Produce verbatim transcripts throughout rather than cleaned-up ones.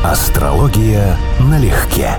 Астрология налегке.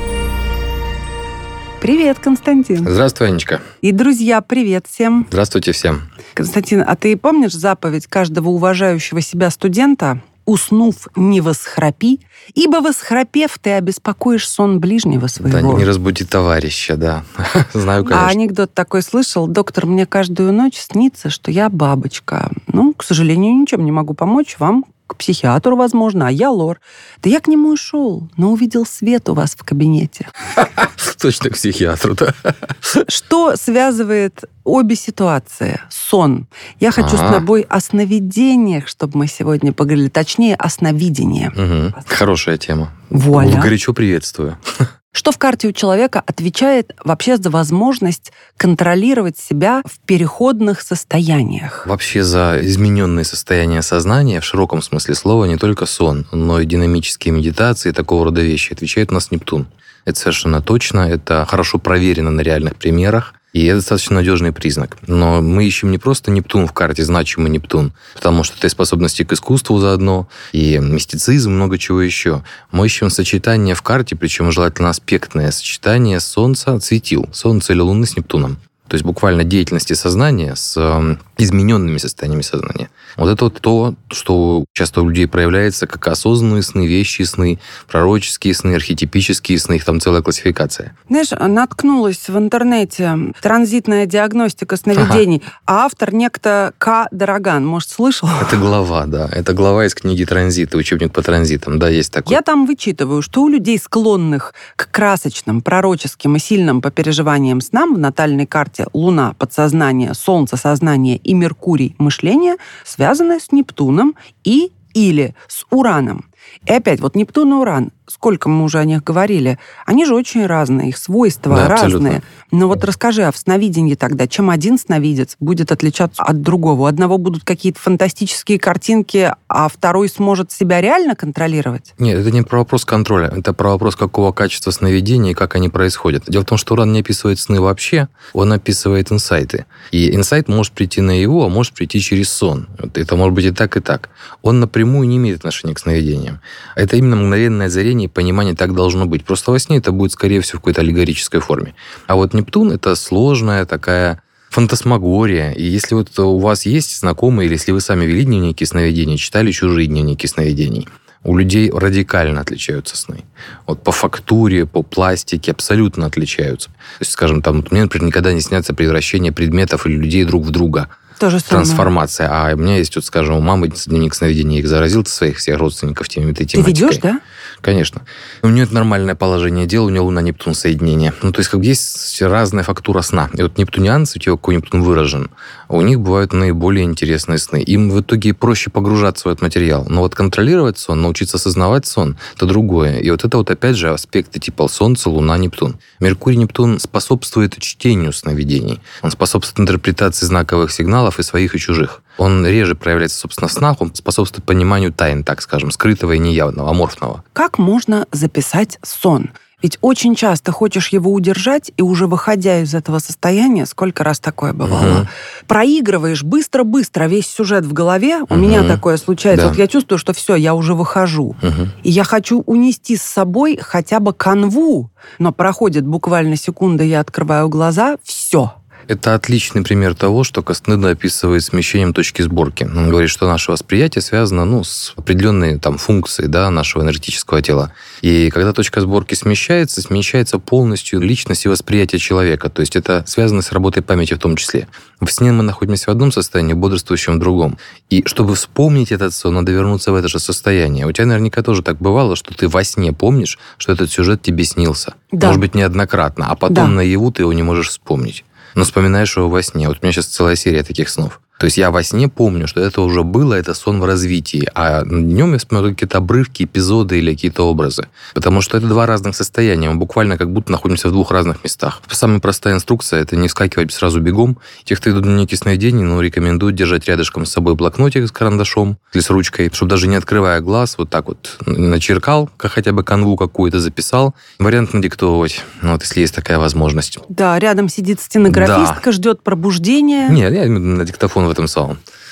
Привет, Константин. Здравствуй, Анечка. И, друзья, привет всем. Здравствуйте всем. Константин, а ты помнишь заповедь каждого уважающего себя студента? «Уснув, не восхрапи, ибо восхрапев, ты обеспокоишь сон ближнего своего». Да, не разбуди товарища, да. Знаю, конечно. А анекдот такой слышал: доктор, мне каждую ночь снится, что я бабочка. Ну, к сожалению, ничем не могу помочь вам, к психиатру, возможно, а я лор. Да я к нему и шел, но увидел свет у вас в кабинете. Точно к психиатру, да. Что связывает обе ситуации? Сон. Я хочу А-а. с тобой о сновидениях, чтобы мы сегодня поговорили. Точнее, о сновидении. Угу. Хорошая тема. Вуаля. Горячо приветствую. Что в карте у человека отвечает вообще за возможность контролировать себя в переходных состояниях? Вообще за измененные состояния сознания, в широком смысле слова, не только сон, но и динамические медитации, такого рода вещи, отвечает у нас Нептун. Это совершенно точно, это хорошо проверено на реальных примерах, и это достаточно надежный признак. Но мы ищем не просто Нептун в карте, значимый Нептун, потому что это и способности к искусству заодно, и мистицизм, много чего еще. Мы ищем сочетание в карте, причем желательно аспектное сочетание Солнца, светил, Солнца или Луны с Нептуном. То есть буквально деятельности сознания с э, измененными состояниями сознания. Вот это вот то, что часто у людей проявляется как осознанные сны, вещие сны, пророческие сны, архетипические сны, их там целая классификация. Знаешь, наткнулась в интернете транзитная диагностика сновидений, ага. а автор некто К. Дороган, может, слышал? Это глава, да. Это глава из книги «Транзиты», учебник по транзитам, да, есть такой. Я там вычитываю, что у людей, склонных к красочным, пророческим и сильным по переживаниям снам в натальной карте Луна, подсознание, Солнце, сознание и Меркурий, мышление, связаны с Нептуном и или с Ураном. И опять, вот Нептун и Уран, сколько мы уже о них говорили, они же очень разные, их свойства да, разные. абсолютно. Но вот расскажи, а в сновидении тогда, чем один сновидец будет отличаться от другого? У одного будут какие-то фантастические картинки, а второй сможет себя реально контролировать? Нет, это не про вопрос контроля, это про вопрос, какого качества сновидений и как они происходят. Дело в том, что Уран не описывает сны вообще, он описывает инсайты. И инсайт может прийти наяву, а может прийти через сон. Это может быть и так, и так. Он напрямую не имеет отношения к сновидениям. Это именно мгновенное озарение и понимание, так должно быть. Просто во сне это будет, скорее всего, в какой-то аллегорической форме. А вот Нептун — это сложная такая фантасмагория. И если вот у вас есть знакомые, или если вы сами вели дневники сновидений, читали чужие дневники сновидений, у людей радикально отличаются сны. Вот по фактуре, по пластике абсолютно отличаются. То есть, скажем, там, мне, например, никогда не снятся превращение предметов или людей друг в друга. То же самое. Трансформация. А у меня есть, вот, скажем, у мамы дневник сновидений, их заразил своих всех родственников теми этой тематикой. Ты ведешь, да? Конечно. У нее это нормальное положение дела, у нее Луна-Нептун соединение. Ну, то есть, как бы есть разная фактура сна. И вот нептунианцы, у тех, у кого Нептун выражен, у них бывают наиболее интересные сны. Им в итоге проще погружаться в этот материал. Но вот контролировать сон, научиться осознавать сон, это другое. И вот это вот, опять же, аспекты типа Солнце, Луна, Нептун. Меркурий, Нептун способствует чтению сновидений. Он способствует интерпретации знаковых сигналов и своих, и чужих. Он реже проявляется, собственно, в снах, он способствует пониманию тайн, так скажем, скрытого и неявного, аморфного. Как можно записать сон? Ведь очень часто хочешь его удержать, и уже выходя из этого состояния, сколько раз такое бывало, угу. проигрываешь быстро-быстро весь сюжет в голове. У угу. меня такое случается. Да. Вот я чувствую, что все, я уже выхожу. Угу. И я хочу унести с собой хотя бы канву, но проходит буквально секунда, я открываю глаза, все. Это отличный пример того, что Кастанеда описывает смещением точки сборки. Он говорит, что наше восприятие связано ну, с определенной там, функцией да, нашего энергетического тела. И когда точка сборки смещается, смещается полностью личность и восприятие человека. То есть это связано с работой памяти в том числе. В сне мы находимся в одном состоянии, бодрствующем в другом. И чтобы вспомнить этот сон, надо вернуться в это же состояние. У тебя наверняка тоже так бывало, что ты во сне помнишь, что этот сюжет тебе снился. Да. Может быть, неоднократно. А потом да. наяву ты его не можешь вспомнить. Но вспоминаешь его во сне. Вот у меня сейчас целая серия таких снов. То есть я во сне помню, что это уже было, это сон в развитии. А днем я вспоминаю какие-то обрывки, эпизоды или какие-то образы. Потому что это два разных состояния. Мы буквально как будто находимся в двух разных местах. Самая простая инструкция – это не вскакивать сразу бегом. Те, кто идут в дневники сновидений, ну, рекомендуют держать рядышком с собой блокнотик с карандашом или с ручкой, чтобы даже не открывая глаз, вот так вот начеркал, как хотя бы канву какую-то записал. Вариант надиктовывать, ну, вот если есть такая возможность. Да, рядом сидит стенографистка, да. ждет пробуждения. Нет, я на диктофон в этом самом.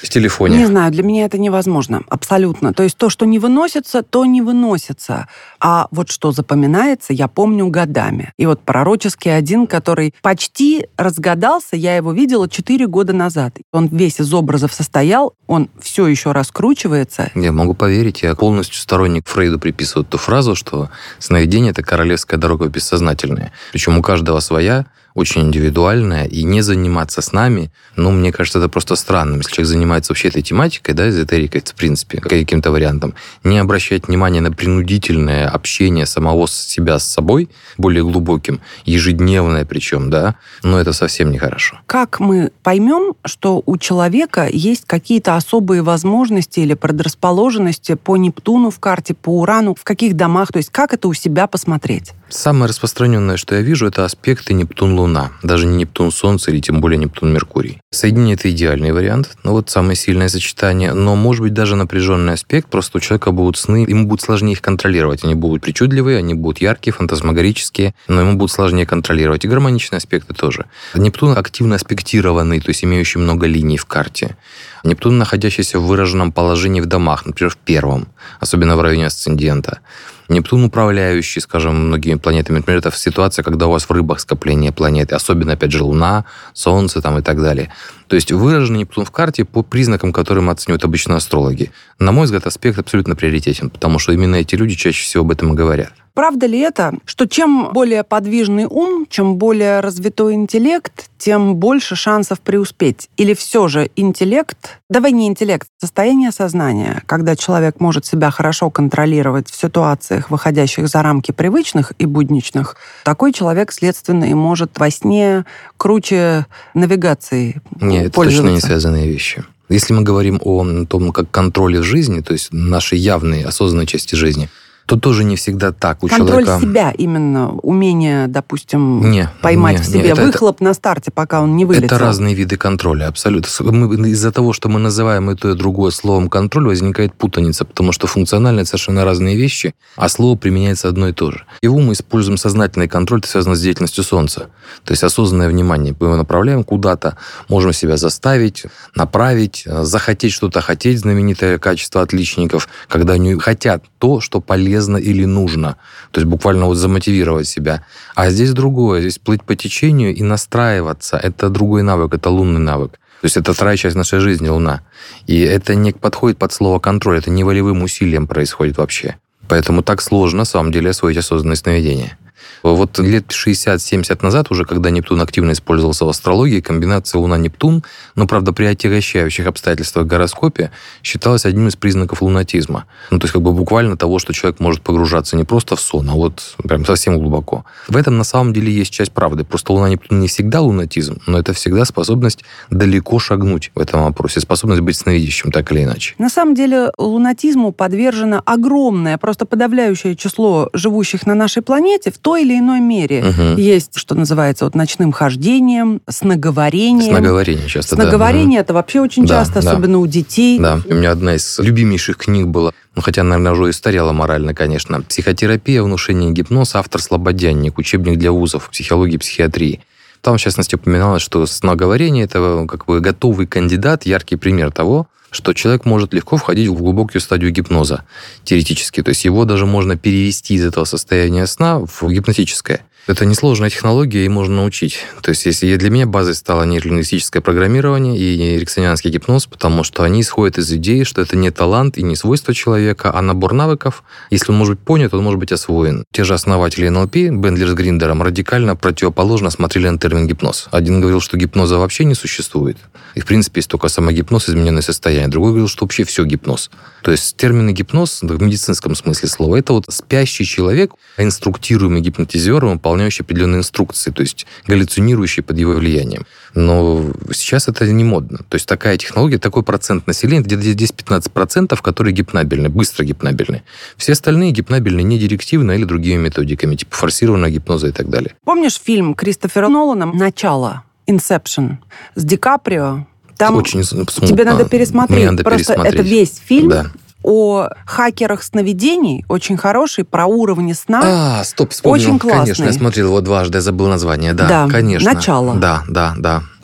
В телефоне. Не знаю, для меня это невозможно. Абсолютно. То есть то, что не выносится, то не выносится. А вот что запоминается, я помню годами. И вот пророческий один, который почти разгадался, я его видела четыре года назад. Он весь из образов состоял, он все еще раскручивается. Я могу поверить, я полностью сторонник Фрейду приписываю ту фразу, что сновидение — это королевская дорога в бессознательное. Причем у каждого своя, очень индивидуальная, и не заниматься с нами, ну, мне кажется, это просто странным. Если человек занимается вообще этой тематикой, да, эзотерикой, в принципе, каким-то вариантом, не обращать внимания на принудительное общение самого себя с собой, более глубоким, ежедневное причем, да, но это совсем нехорошо. Как мы поймем, что у человека есть какие-то особые возможности или предрасположенности по Нептуну в карте, по Урану, в каких домах, то есть как это у себя посмотреть? Самое распространенное, что я вижу, это аспекты Нептун-Луна. Даже не Нептун-Солнце или тем более Нептун-Меркурий. Соединение — это идеальный вариант, ну вот самое сильное сочетание, но может быть даже напряженный аспект, просто у человека будут сны, ему будет сложнее их контролировать. Они будут причудливые, они будут яркие, фантасмагорические, но ему будут сложнее контролировать. И гармоничные аспекты тоже. Нептун активно аспектированный, то есть имеющий много линий в карте. Нептун, находящийся в выраженном положении в домах, например, в первом, особенно в районе асцендента. Нептун, управляющий, скажем, многими планетами. Например, это ситуация, когда у вас в рыбах скопление планет, особенно, опять же, Луна, Солнце там, и так далее. То есть выраженный Нептун в карте по признакам, которые оценивают обычно астрологи. На мой взгляд, аспект абсолютно приоритетен, потому что именно эти люди чаще всего об этом и говорят. Правда ли это, что чем более подвижный ум, чем более развитой интеллект, тем больше шансов преуспеть? Или все же интеллект, давай не интеллект, состояние сознания, когда человек может себя хорошо контролировать в ситуациях, выходящих за рамки привычных и будничных, такой человек, следственно, и может во сне круче навигации Нет, это точно не связанные вещи. Если мы говорим о том, как контроле в жизни, то есть нашей явной, осознанной части жизни, то тоже не всегда так у Контроль человека. себя именно, умение, допустим, не, поймать не, в себе не, это, выхлоп это, на старте, пока он не вылетел. Это разные виды контроля, абсолютно. Мы, из-за того, что мы называем и то, и другое словом контроль, возникает путаница, потому что функционально это совершенно разные вещи, а слово применяется одно и то же. Его мы используем сознательный контроль, это связано с деятельностью Солнца. То есть осознанное внимание. Мы его направляем куда-то, можем себя заставить, направить, захотеть что-то хотеть, знаменитое качество отличников, когда они хотят то, что полезно или нужно. То есть буквально вот замотивировать себя. А здесь другое. Здесь плыть по течению и настраиваться. Это другой навык, это лунный навык. То есть это вторая часть нашей жизни, Луна. И это не подходит под слово «контроль». Это не волевым усилием происходит вообще. Поэтому так сложно, на самом деле, освоить осознанное сновидение. Вот лет шестьдесят-семьдесят назад, уже когда Нептун активно использовался в астрологии, комбинация Луна-Нептун, но, правда, при отягощающих обстоятельствах в гороскопе, считалась одним из признаков лунатизма. Ну, то есть, как бы буквально того, что человек может погружаться не просто в сон, а вот прям совсем глубоко. В этом, на самом деле, есть часть правды. Просто Луна-Нептун не всегда лунатизм, но это всегда способность далеко шагнуть в этом вопросе, способность быть сновидящим, так или иначе. На самом деле, лунатизму подвержено огромное, просто подавляющее число живущих на нашей планете в той или иной мере. Угу. Есть, что называется, вот ночным хождением, сноговорением. Сноговорение часто, Сноговорение, да. это вообще очень да, часто, да. особенно у детей. Да, у меня одна из любимейших книг была, ну, хотя, наверное, уже и устарела морально, конечно. «Психотерапия, внушение, гипноз», автор Слободянник, учебник для вузов, психологии, психиатрии. Там, в частности, упоминалось, что сноговорение – это как бы готовый кандидат, яркий пример того, что человек может легко входить в глубокую стадию гипноза, теоретически. То есть его даже можно перевести из этого состояния сна в гипнотическое. Это несложная технология, и можно научить. То есть если для меня базой стало нейролингвистическое программирование и эриксонианский гипноз, потому что они исходят из идеи, что это не талант и не свойство человека, а набор навыков. Если он может быть понят, он может быть освоен. Те же основатели эн эл пи, Бендлер с Гриндером, радикально противоположно смотрели на термин гипноз. Один говорил, что гипноза вообще не существует. И, в принципе, есть только самогипноз, измененное состояние. Другой говорил, что вообще все гипноз. То есть термин гипноз в медицинском смысле слова – это вот спящий человек, инструктируемый гипнотизером, выполняющий определенные инструкции, то есть галлюцинирующий под его влиянием. Но сейчас это не модно. То есть такая технология, такой процент населения, где-то десять-пятнадцать процентов, которые гипнабельны, быстро гипнабельны. Все остальные гипнабельны не директивно или другими методиками, типа форсированного гипноза и так далее. Помнишь фильм Кристофера Нолана «Начало», «Инсепшн» с Ди Каприо? Там очень смутно. Тебе надо пересмотреть. Мне надо Просто пересмотреть. Это весь фильм. Да. О хакерах сновидений, очень хороший, про уровни сна. А, стоп, вспомнил. Очень классный. Конечно, я смотрел его дважды, я забыл название. Да, да. конечно. «Начало». Да, да, да.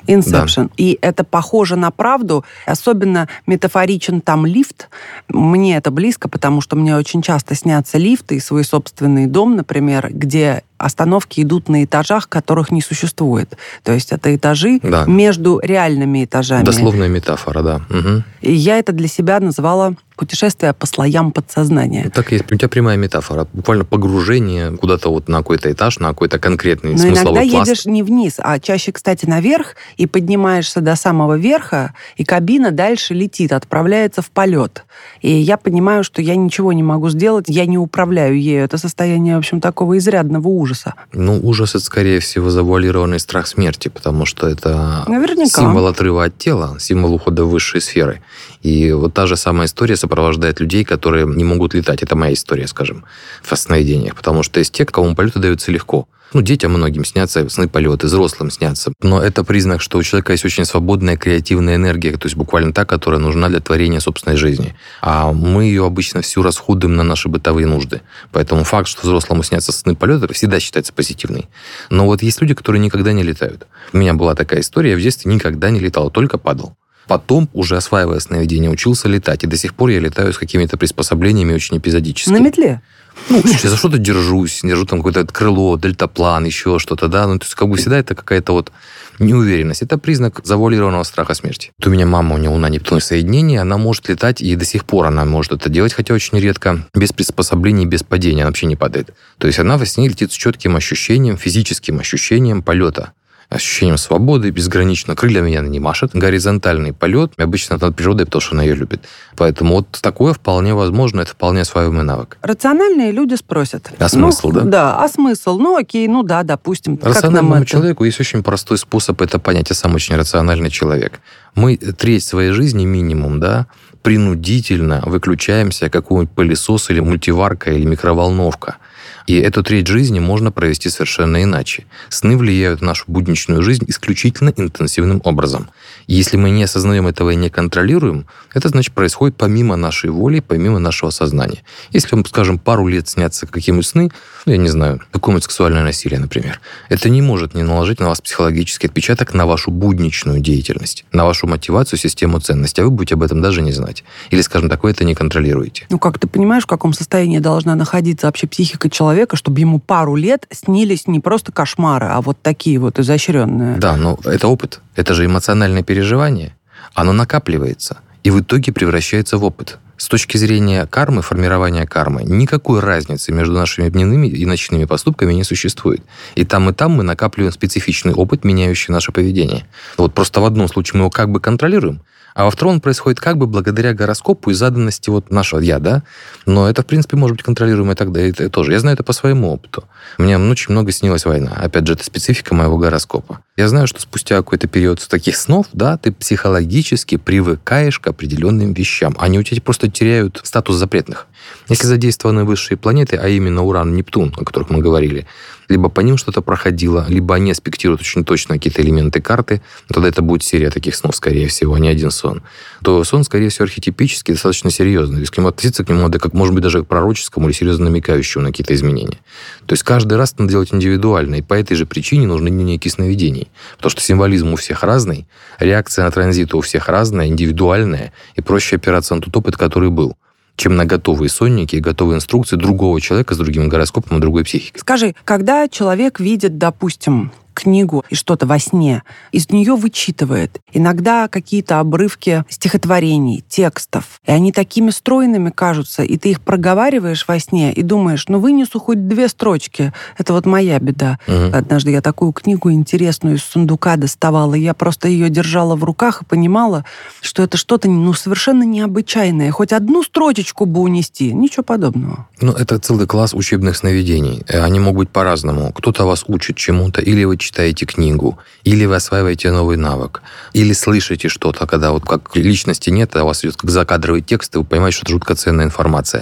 Inception. Да. И это похоже на правду. Особенно метафоричен там лифт. Мне это близко, потому что мне очень часто снятся лифты и свой собственный дом, например, где остановки идут на этажах, которых не существует. То есть это этажи да. между реальными этажами. Дословная метафора, да. Угу. И я это для себя называла путешествие по слоям подсознания. Так и есть. У тебя прямая метафора. Буквально погружение куда-то вот на какой-то этаж, на какой-то конкретный Но смысловой иногда пласт. едешь не вниз, а чаще, кстати, наверх, и поднимаешься до самого верха, и кабина дальше летит, отправляется в полет. И я понимаю, что я ничего не могу сделать, я не управляю ею. Это состояние, в общем, такого изрядного ужаса. Ну, ужас — это, скорее всего, завуалированный страх смерти, потому что это Наверняка. Символ отрыва от тела, символ ухода в высшие сферы. И вот та же самая история сопровождает людей, которые не могут летать. Это моя история, скажем, в сновидениях. Потому что есть те, кому полеты даются легко. Ну, детям многим снятся сны полеты, взрослым снятся. Но это признак, что у человека есть очень свободная креативная энергия, то есть буквально та, которая нужна для творения собственной жизни. А мы ее обычно всю расходуем на наши бытовые нужды. Поэтому факт, что взрослому снятся сны полета, всегда считается позитивной. Но вот есть люди, которые никогда не летают. У меня была такая история, я в детстве никогда не летал, только падал. Потом, уже осваивая сновидение, учился летать. И до сих пор я летаю с какими-то приспособлениями очень эпизодически. На метле? Ну, за что-то держусь, держу там какое-то крыло, дельтаплан, еще что-то, да. Ну, то есть, как бы всегда это какая-то вот неуверенность. Это признак завуалированного страха смерти. Вот у меня мама, у нее Луна-Нептун соединение, она может летать, и до сих пор она может это делать, хотя очень редко, без приспособлений, без падения, она вообще не падает. То есть она во сне летит с четким ощущением, физическим ощущением полета. Ощущением свободы, безгранично. Крылья меня не машет. Горизонтальный полет обычно над природой, потому что она ее любит. Поэтому вот такое вполне возможно, это вполне осваиваемый навык. Рациональные люди спросят. А смысл, ну, да? Да, а смысл? Ну, окей, ну да, допустим. Рациональному человеку есть очень простой способ это понять. Я сам очень рациональный человек. Мы треть своей жизни минимум, да, принудительно выключаемся, какой-нибудь пылесос или мультиварка или микроволновка. И эту треть жизни можно провести совершенно иначе. Сны влияют на нашу будничную жизнь исключительно интенсивным образом. И если мы не осознаем этого и не контролируем, это, значит, происходит помимо нашей воли, помимо нашего сознания. Если вам, скажем, пару лет снятся какие-нибудь сны, ну, я не знаю, какое-нибудь сексуальное насилие, например, это не может не наложить на вас психологический отпечаток на вашу будничную деятельность, на вашу мотивацию, систему ценностей, а вы будете об этом даже не знать. Или, скажем так, вы это не контролируете. Ну, как ты понимаешь, в каком состоянии должна находиться вообще психика человека, чтобы ему пару лет снились не просто кошмары, а вот такие вот изощренные. Да, но это опыт. Это же эмоциональное переживание. Оно накапливается и в итоге превращается в опыт. С точки зрения кармы, формирования кармы, никакой разницы между нашими дневными и ночными поступками не существует. И там, и там мы накапливаем специфичный опыт, меняющий наше поведение. Вот просто в одном случае мы его как бы контролируем, а во втором он происходит как бы благодаря гороскопу и заданности вот нашего «я», да? Но это, в принципе, может быть контролируемо и тогда и тоже. Я знаю это по своему опыту. Мне очень много снилась война. Опять же, это специфика моего гороскопа. Я знаю, что спустя какой-то период таких снов, да, ты психологически привыкаешь к определенным вещам. Они у тебя просто теряют статус запретных. Если задействованы высшие планеты, а именно Уран, Нептун, о которых мы говорили, либо по ним что-то проходило, либо они аспектируют очень точно какие-то элементы карты, тогда это будет серия таких снов, скорее всего, а не один сон, то сон, скорее всего, архетипический, достаточно серьезный. То есть к нему относиться к нему надо, как, может быть, даже к пророческому или серьезно намекающему на какие-то изменения. То есть каждый раз надо делать индивидуально, и по этой же причине нужны дневники сновидений. Потому что символизм у всех разный, реакция на транзиты у всех разная, индивидуальная, и проще опираться на тот опыт, который был, чем на готовые сонники и готовые инструкции другого человека с другим гороскопом и другой психикой. Скажи, когда человек видит, допустим, книгу и что-то во сне, из нее вычитывает иногда какие-то обрывки стихотворений, текстов, и они такими стройными кажутся, и ты их проговариваешь во сне и думаешь, ну, вынесу хоть две строчки, это вот моя беда. Угу. Однажды я такую книгу интересную из сундука доставала, я просто ее держала в руках и понимала, что это что-то, ну, совершенно необычайное, хоть одну строчечку бы унести, ничего подобного. Ну, это целый класс учебных сновидений. Они могут быть по-разному. Кто-то вас учит чему-то, или вы читаете книгу, или вы осваиваете новый навык, или слышите что-то, когда вот как личности нет, а у вас идет как закадровый текст, и вы понимаете, что это жутко ценная информация.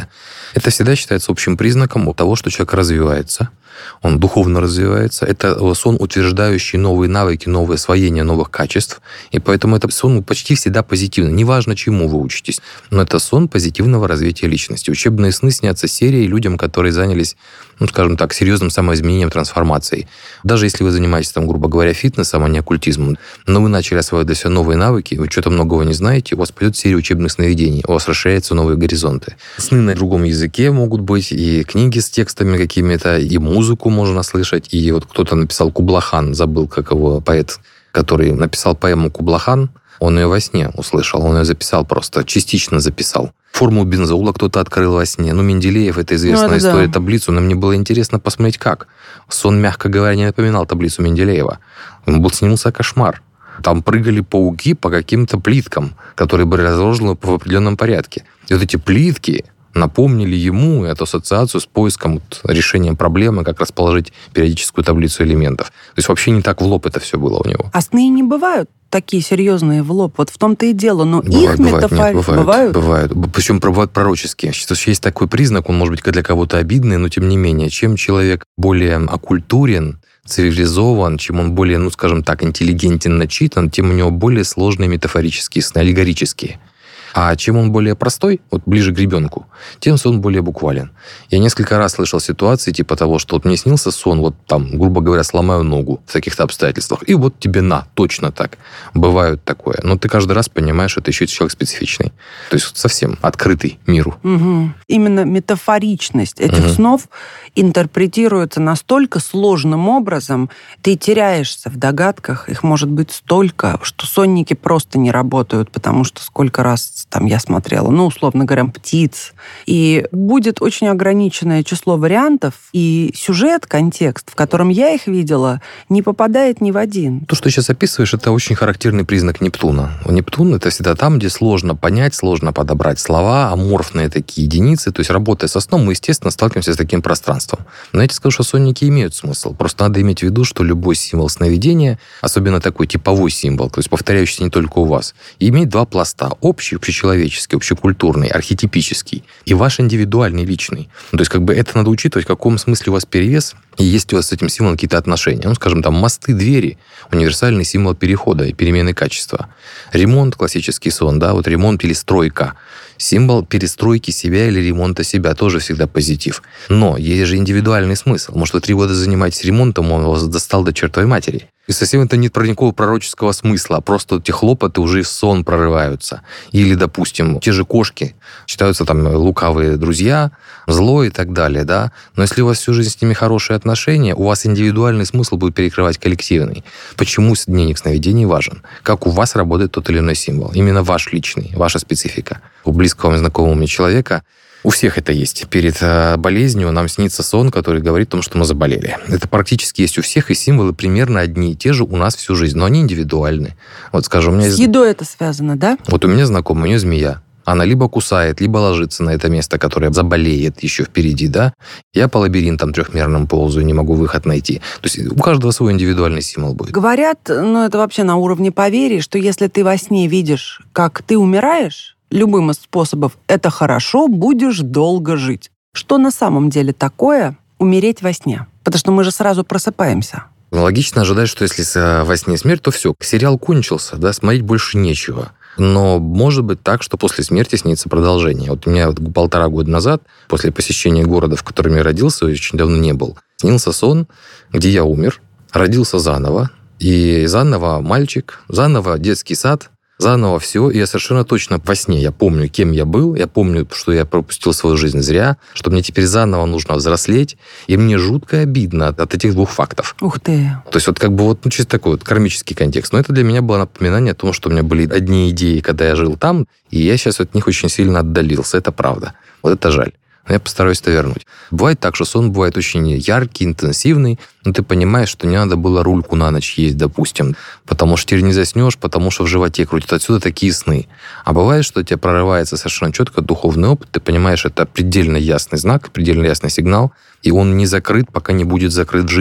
Это всегда считается общим признаком того, что человек развивается, он духовно развивается. Это сон, утверждающий новые навыки, новое освоение новых качеств. И поэтому это сон почти всегда позитивный. Неважно, чему вы учитесь, но это сон позитивного развития личности. Учебные сны снятся серией людям, которые занялись, ну, скажем так, серьезным самоизменением, трансформацией. Даже если вы занимаетесь, там, грубо говоря, фитнесом, а не оккультизмом, но вы начали осваивать для себя новые навыки, вы что-то многого не знаете, у вас пойдет серия учебных сновидений, у вас расширяются новые горизонты. Сны на другом языке могут быть, и книги с текстами какими-то, и музыку можно слышать. И вот кто-то написал Кублахан, забыл, как его поэт, который написал поэму «Кублахан», он ее во сне услышал, он ее записал просто, частично записал. Формулу бензоула кто-то открыл во сне. Ну, Менделеев, это известная ну, это история, да. таблицу. Но мне было интересно посмотреть, как. Сон, мягко говоря, не напоминал таблицу Менделеева. Ему был снился кошмар. Там прыгали пауки по каким-то плиткам, которые были разложены в определенном порядке. И вот эти плитки напомнили ему эту ассоциацию с поиском вот, решения проблемы, как расположить периодическую таблицу элементов. То есть вообще не так в лоб это все было у него. А сны не бывают такие серьезные в лоб. Вот в том-то и дело. Но бывает, их метафоры бывают, бывают? Бывают. Причем бывают пророческие. Сейчас есть такой признак, он может быть для кого-то обидный, но тем не менее, чем человек более оккультурен, цивилизован, чем он более, ну, скажем так, интеллигентен, начитан, тем у него более сложные метафорические сны, аллегорические. А чем он более простой, вот ближе к ребенку, тем сон более буквален. Я несколько раз слышал ситуации типа того, что вот мне снился сон, вот там, грубо говоря, сломаю ногу в таких-то обстоятельствах, и вот тебе на, точно так. Бывает такое. Но ты каждый раз понимаешь, что это еще человек специфичный. То есть совсем открытый миру. Угу. Именно метафоричность этих угу. снов интерпретируется настолько сложным образом, ты теряешься в догадках, их может быть столько, что сонники просто не работают, потому что сколько раз там я смотрела, ну, условно говоря, птиц. И будет очень ограниченное число вариантов, и сюжет, контекст, в котором я их видела, не попадает ни в один. То, что ты сейчас описываешь, это очень характерный признак Нептуна. Нептун — это всегда там, где сложно понять, сложно подобрать слова, аморфные такие единицы. То есть, работая со сном, мы, естественно, сталкиваемся с таким пространством. Но я тебе скажу, что сонники имеют смысл. Просто надо иметь в виду, что любой символ сновидения, особенно такой типовой символ, то есть повторяющийся не только у вас, имеет два пласта. Общий, общечеловеческий, общекультурный, архетипический, и ваш индивидуальный, личный. То есть как бы это надо учитывать, в каком смысле у вас перевес, и есть у вас с этим символом какие-то отношения. Ну, скажем, там, мосты, двери — универсальный символ перехода и перемены качества. Ремонт — классический сон, да, вот ремонт, перестройка. Символ перестройки себя или ремонта себя тоже всегда позитив. Но есть же индивидуальный смысл. Может, вы три года занимаетесь ремонтом, он вас достал до чертовой матери. И совсем это нет про никакого пророческого смысла, а просто эти хлопоты уже в сон прорываются. Или, допустим, те же кошки считаются там лукавые друзья, зло и так далее, да. Но если у вас всю жизнь с ними хорошие отношения, у вас индивидуальный смысл будет перекрывать коллективный. Почему дневник сновидений важен? Как у вас работает тот или иной символ? Именно ваш личный, ваша специфика. У близкого и знакомого мне человека у всех это есть. Перед болезнью нам снится сон, который говорит о том, что мы заболели. Это практически есть у всех, и символы примерно одни и те же у нас всю жизнь, но они индивидуальны. Вот, скажем, у меня... С едой это связано, да? Вот у меня знакомая, у нее змея. Она либо кусает, либо ложится на это место, которое заболеет еще впереди, да. Я по лабиринтам трехмерным ползаю, не могу выход найти. То есть у каждого свой индивидуальный символ будет. Говорят, ну это вообще на уровне поверий, что если ты во сне видишь, как ты умираешь, любым из способов, это хорошо, будешь долго жить. Что на самом деле такое умереть во сне? Потому что мы же сразу просыпаемся. Логично ожидать, что если во сне смерть, то все, сериал кончился, да, смотреть больше нечего. Но может быть так, что после смерти снится продолжение. Вот у меня вот полтора года назад, после посещения города, в котором я родился, очень давно не был, снился сон, где я умер, родился заново, и заново мальчик, заново детский сад, заново все, и я совершенно точно во сне, я помню, кем я был, я помню, что я пропустил свою жизнь зря, что мне теперь заново нужно взрослеть, и мне жутко обидно от, от этих двух фактов. Ух ты! То есть вот как бы вот ну, чисто такой вот кармический контекст. Но это для меня было напоминание о том, что у меня были одни идеи, когда я жил там, и я сейчас от них очень сильно отдалился. Это правда. Вот это жаль. Но я постараюсь это вернуть. Бывает так, что сон бывает очень яркий, интенсивный, но ты понимаешь, что не надо было рульку на ночь есть, допустим, потому что теперь не заснешь, потому что в животе крутит. Отсюда такие сны. А бывает, что у тебя прорывается совершенно четко духовный опыт, ты понимаешь, это предельно ясный знак, предельно ясный сигнал, и он не закрыт, пока не будет закрыт в жизни.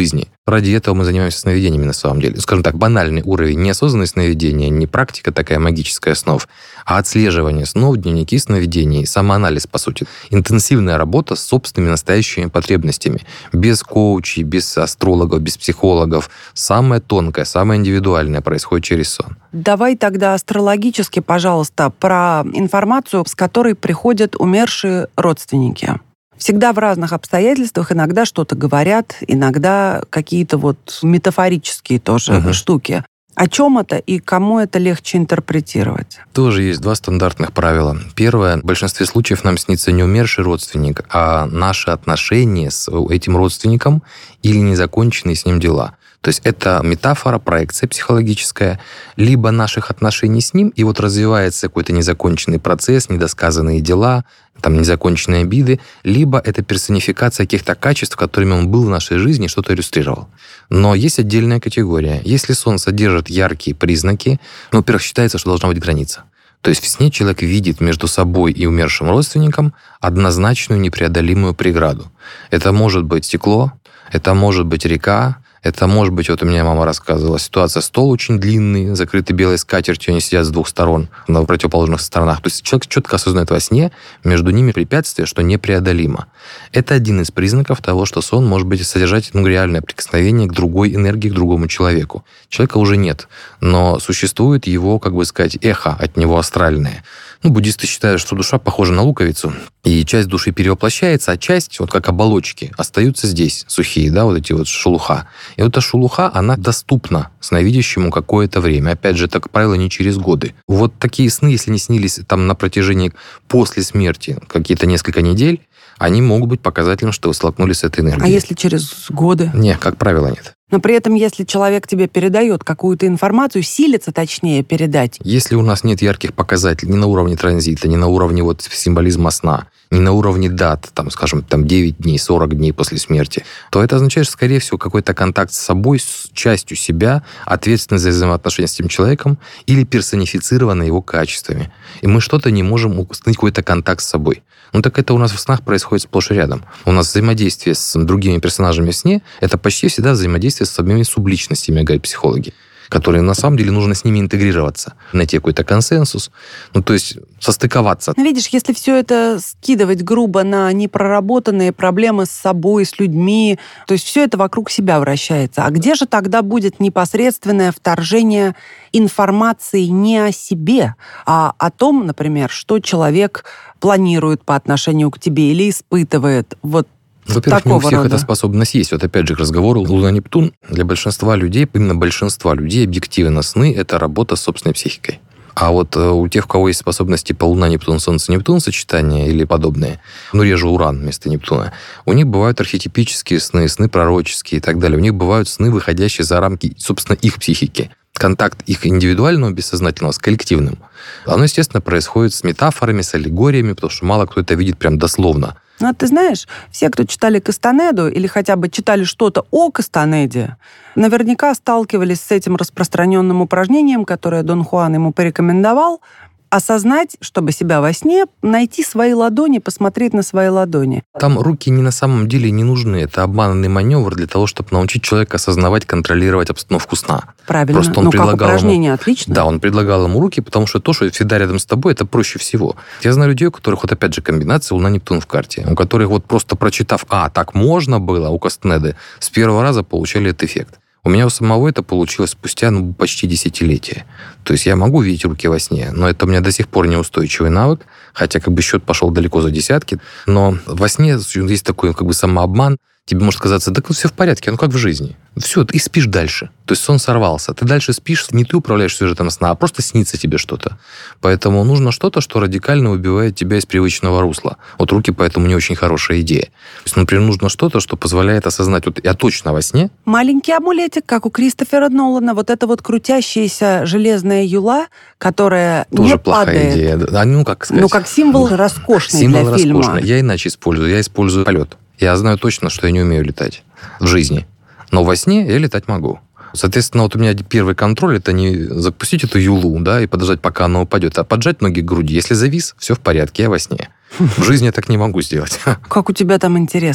Ради этого мы занимаемся сновидениями на самом деле. Скажем так, банальный уровень неосознанное сновидение, не практика такая магическая снов, а отслеживание снов, дневники сновидений, самоанализ, по сути. Интенсивная работа с собственными настоящими потребностями. Без коучей, без астрологов, без психологов. Самое тонкое, самое индивидуальное происходит через сон. Давай тогда астрологически, пожалуйста, про информацию, с которой приходят умершие родственники. Всегда в разных обстоятельствах, иногда что-то говорят, иногда какие-то вот метафорические тоже uh-huh. штуки. О чем это и кому это легче интерпретировать? Тоже есть два стандартных правила. Первое, в большинстве случаев нам снится не умерший родственник, а наши отношения с этим родственником или незаконченные с ним дела. То есть это метафора, проекция психологическая, либо наших отношений с ним, и вот развивается какой-то незаконченный процесс, недосказанные дела, там незаконченные обиды, либо это персонификация каких-то качеств, которыми он был в нашей жизни, что-то иллюстрировал. Но есть отдельная категория. Если сон содержит яркие признаки, ну, во-первых, считается, что должна быть граница. То есть в сне человек видит между собой и умершим родственником однозначную непреодолимую преграду. Это может быть стекло, это может быть река, это может быть, вот у меня мама рассказывала, ситуация, стол очень длинный, закрытый белой скатертью, они сидят с двух сторон, на противоположных сторонах. То есть человек четко осознает во сне, между ними препятствие, что непреодолимо. Это один из признаков того, что сон может быть содержать ну, реальное прикосновение к другой энергии, к другому человеку. Человека уже нет, но существует его, как бы сказать, эхо от него астральное. Ну, буддисты считают, что душа похожа на луковицу, и часть души перевоплощается, а часть, вот как оболочки, остаются здесь, сухие, да, вот эти вот шелуха. И вот эта шелуха, она доступна сновидящему какое-то время. Опять же, это, как правило, не через годы. Вот такие сны, если не снились там на протяжении после смерти какие-то несколько недель, они могут быть показателем, что вы столкнулись с этой энергией. А если через годы? Нет, как правило, нет. Но при этом, если человек тебе передает какую-то информацию, силится точнее передать. Если у нас нет ярких показателей ни на уровне транзита, ни на уровне вот символизма сна, ни на уровне дат, там, скажем, там девять дней, сорок дней после смерти, то это означает, что, скорее всего, какой-то контакт с собой, с частью себя, ответственность за взаимоотношения с этим человеком или персонифицировано его качествами. И мы что-то не можем установить какой-то контакт с собой. Ну так это у нас в снах происходит сплошь и рядом. У нас взаимодействие с другими персонажами в сне — это почти всегда взаимодействие с самими субличностями, говорят психологи, которые на самом деле нужно с ними интегрироваться, найти какой-то консенсус, ну то есть состыковаться. Ну видишь, если все это скидывать грубо на непроработанные проблемы с собой, с людьми, то есть все это вокруг себя вращается. А где же тогда будет непосредственное вторжение информации не о себе, а о том, например, что человек планирует по отношению к тебе или испытывает? Вот. Во-первых, не у всех рода. эта способность есть. Вот опять же к разговору Луна-Нептун. Для большинства людей, именно большинства людей, объективно сны — это работа с собственной психикой. А вот у тех, у кого есть способности по Луна-Нептун, Солнце-Нептун сочетания или подобные, ну, реже Уран вместо Нептуна, у них бывают архетипические сны, сны пророческие и так далее. У них бывают сны, выходящие за рамки, собственно, их психики. Контакт их индивидуального, бессознательного с коллективным. Оно, естественно, происходит с метафорами, с аллегориями, потому что мало кто это видит прям дословно. Ну, а ты знаешь, все, кто читали Кастанеду или хотя бы читали что-то о Кастанеде, наверняка сталкивались с этим распространенным упражнением, которое Дон Хуан ему порекомендовал, осознать, чтобы себя во сне, найти свои ладони, посмотреть на свои ладони. Там руки не на самом деле не нужны. Это обманный маневр для того, чтобы научить человека осознавать, контролировать обстановку сна. Правильно. Просто он ну, как упражнение ему... отлично. Да, он предлагал ему руки, потому что то, что всегда рядом с тобой, это проще всего. Я знаю людей, у которых, вот опять же, комбинация Луна-Нептун в карте, у которых вот просто прочитав, а, так можно было у Кастанеды, с первого раза получали этот эффект. У меня у самого это получилось спустя ну, почти десятилетия. То есть я могу видеть руки во сне, но это у меня до сих пор неустойчивый навык, хотя как бы счет пошел далеко за десятки. Но во сне есть такой как бы самообман. Тебе может казаться, да все в порядке, ну как в жизни. Все, ты спишь дальше. То есть сон сорвался. Ты дальше спишь, не ты управляешь сюжетом сна, а просто снится тебе что-то. Поэтому нужно что-то, что радикально выбивает тебя из привычного русла. Вот руки поэтому не очень хорошая идея. То есть, например, нужно что-то, что позволяет осознать, вот я точно во сне. Маленький амулетик, как у Кристофера Нолана, вот эта вот крутящаяся железная юла, которая тоже не плохая падает. идея. А, ну, как сказать? Ну, как символ роскошный символ для роскошный. фильма. Я иначе использую. Я использую полет. Я знаю точно, что я не умею летать в жизни. Но во сне я летать могу. Соответственно, вот у меня первый контроль — это не запустить эту юлу, да, и подождать, пока она упадет, а поджать ноги к груди. Если завис, все в порядке, я во сне. В жизни я так не могу сделать. Как у тебя там интересно.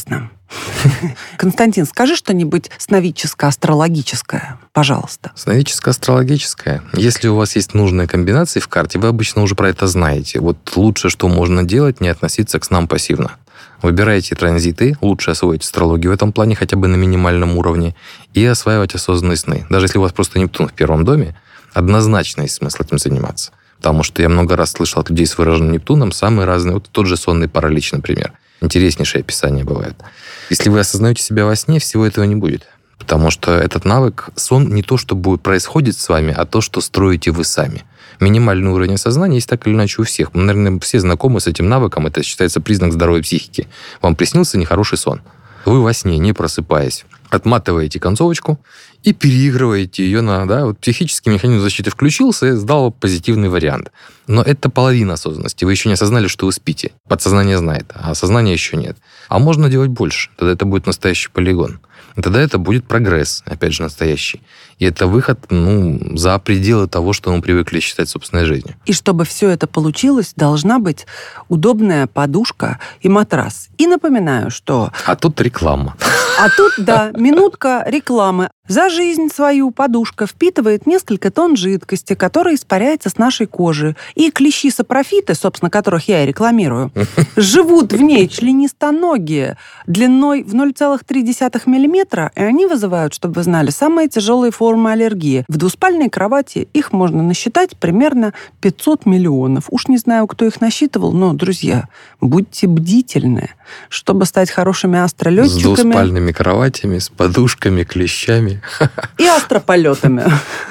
Константин, скажи что-нибудь сновидческо-астрологическое, пожалуйста. Сновидческо-астрологическое. Если у вас есть нужные комбинации в карте, вы обычно уже про это знаете. Вот лучше, что можно делать, не относиться к снам пассивно. Выбирайте транзиты, лучше освоить астрологию в этом плане хотя бы на минимальном уровне и осваивать осознанные сны. Даже если у вас просто Нептун в первом доме, однозначно есть смысл этим заниматься. Потому что я много раз слышал от людей с выраженным Нептуном самые разные. Вот тот же сонный паралич, например. Интереснейшее описание бывает. Если вы осознаете себя во сне, всего этого не будет. Потому что этот навык, сон не то, что будет происходит с вами, а то, что строите вы сами. Минимальный уровень сознания есть так или иначе у всех. Мы, наверное, все знакомы с этим навыком. Это считается признак здоровой психики. Вам приснился нехороший сон. Вы во сне, не просыпаясь, отматываете концовочку и переигрываете ее на... Да, вот психический механизм защиты включился и сдал позитивный вариант. Но это половина осознанности. Вы еще не осознали, что вы спите. Подсознание знает, а сознания еще нет. А можно делать больше. Тогда это будет настоящий полигон. И тогда это будет прогресс, опять же, настоящий. И это выход, ну, за пределы того, что мы привыкли считать собственной жизнью. И чтобы все это получилось, должна быть удобная подушка и матрас. И напоминаю, что... А тут реклама. А тут, да, минутка рекламы. За жизнь свою подушка впитывает несколько тонн жидкости, которая испаряется с нашей кожи. И клещи-сапрофиты, собственно, которых я и рекламирую, живут в ней членистоногие длиной в ноль целых три десятых миллиметра, и они вызывают, чтобы вы знали, самые тяжелые формы аллергии. В двуспальной кровати их можно насчитать примерно пятьсот миллионов. Уж не знаю, кто их насчитывал, но, друзья, будьте бдительны, чтобы стать хорошими астролетчиками. С двуспальными кроватями, с подушками, клещами. И астрополетами.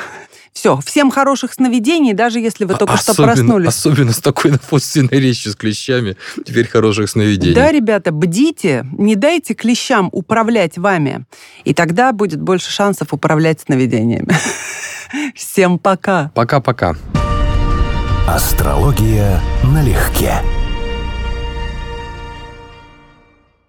Все, всем хороших сновидений, даже если вы только особенно, что проснулись. Особенно с такой напутственной речью с клещами. Теперь хороших сновидений. Да, ребята, бдите, не дайте клещам управлять вами. И тогда будет больше шансов управлять сновидениями. Всем пока. Пока-пока. Астрология налегке.